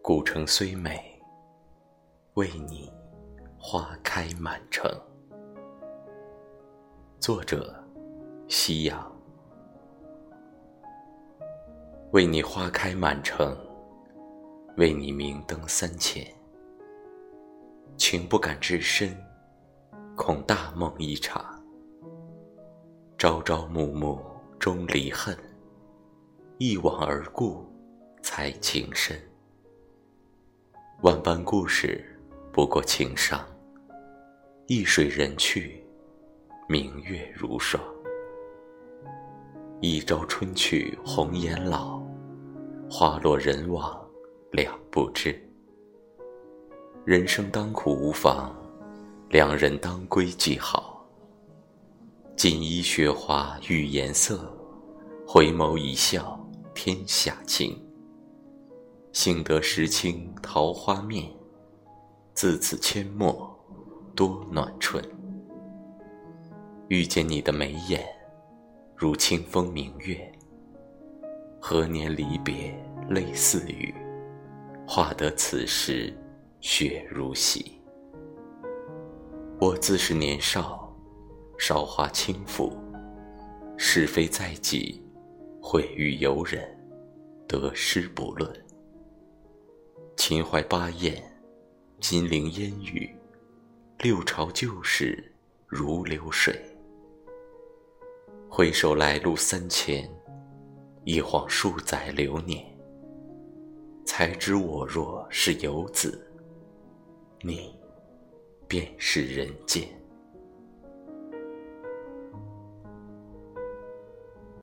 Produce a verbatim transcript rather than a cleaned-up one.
古城虽美，为你花开满城。作者：夕阳。为你花开满城，为你明灯三千。情不敢至深，恐大梦一场。朝朝暮暮终离恨，一往而故才情深。万般故事不过情伤，一水人去，明月如霜。一朝春去红颜老，花落人亡两不知。人生当苦无妨，两人当归即好。锦衣雪花育颜色，回眸一笑天下情。幸得时清桃花面，自此阡陌多暖春。遇见你的眉眼，如清风明月。何年离别泪似雨，画得此时雪如洗。我自是年少，韶华轻浮，是非在己，毁誉由人，得失不论。秦淮八艳，金陵烟雨，六朝旧事如流水。回首来路三千，一晃数载流年。才知我若是游子，你便是人间。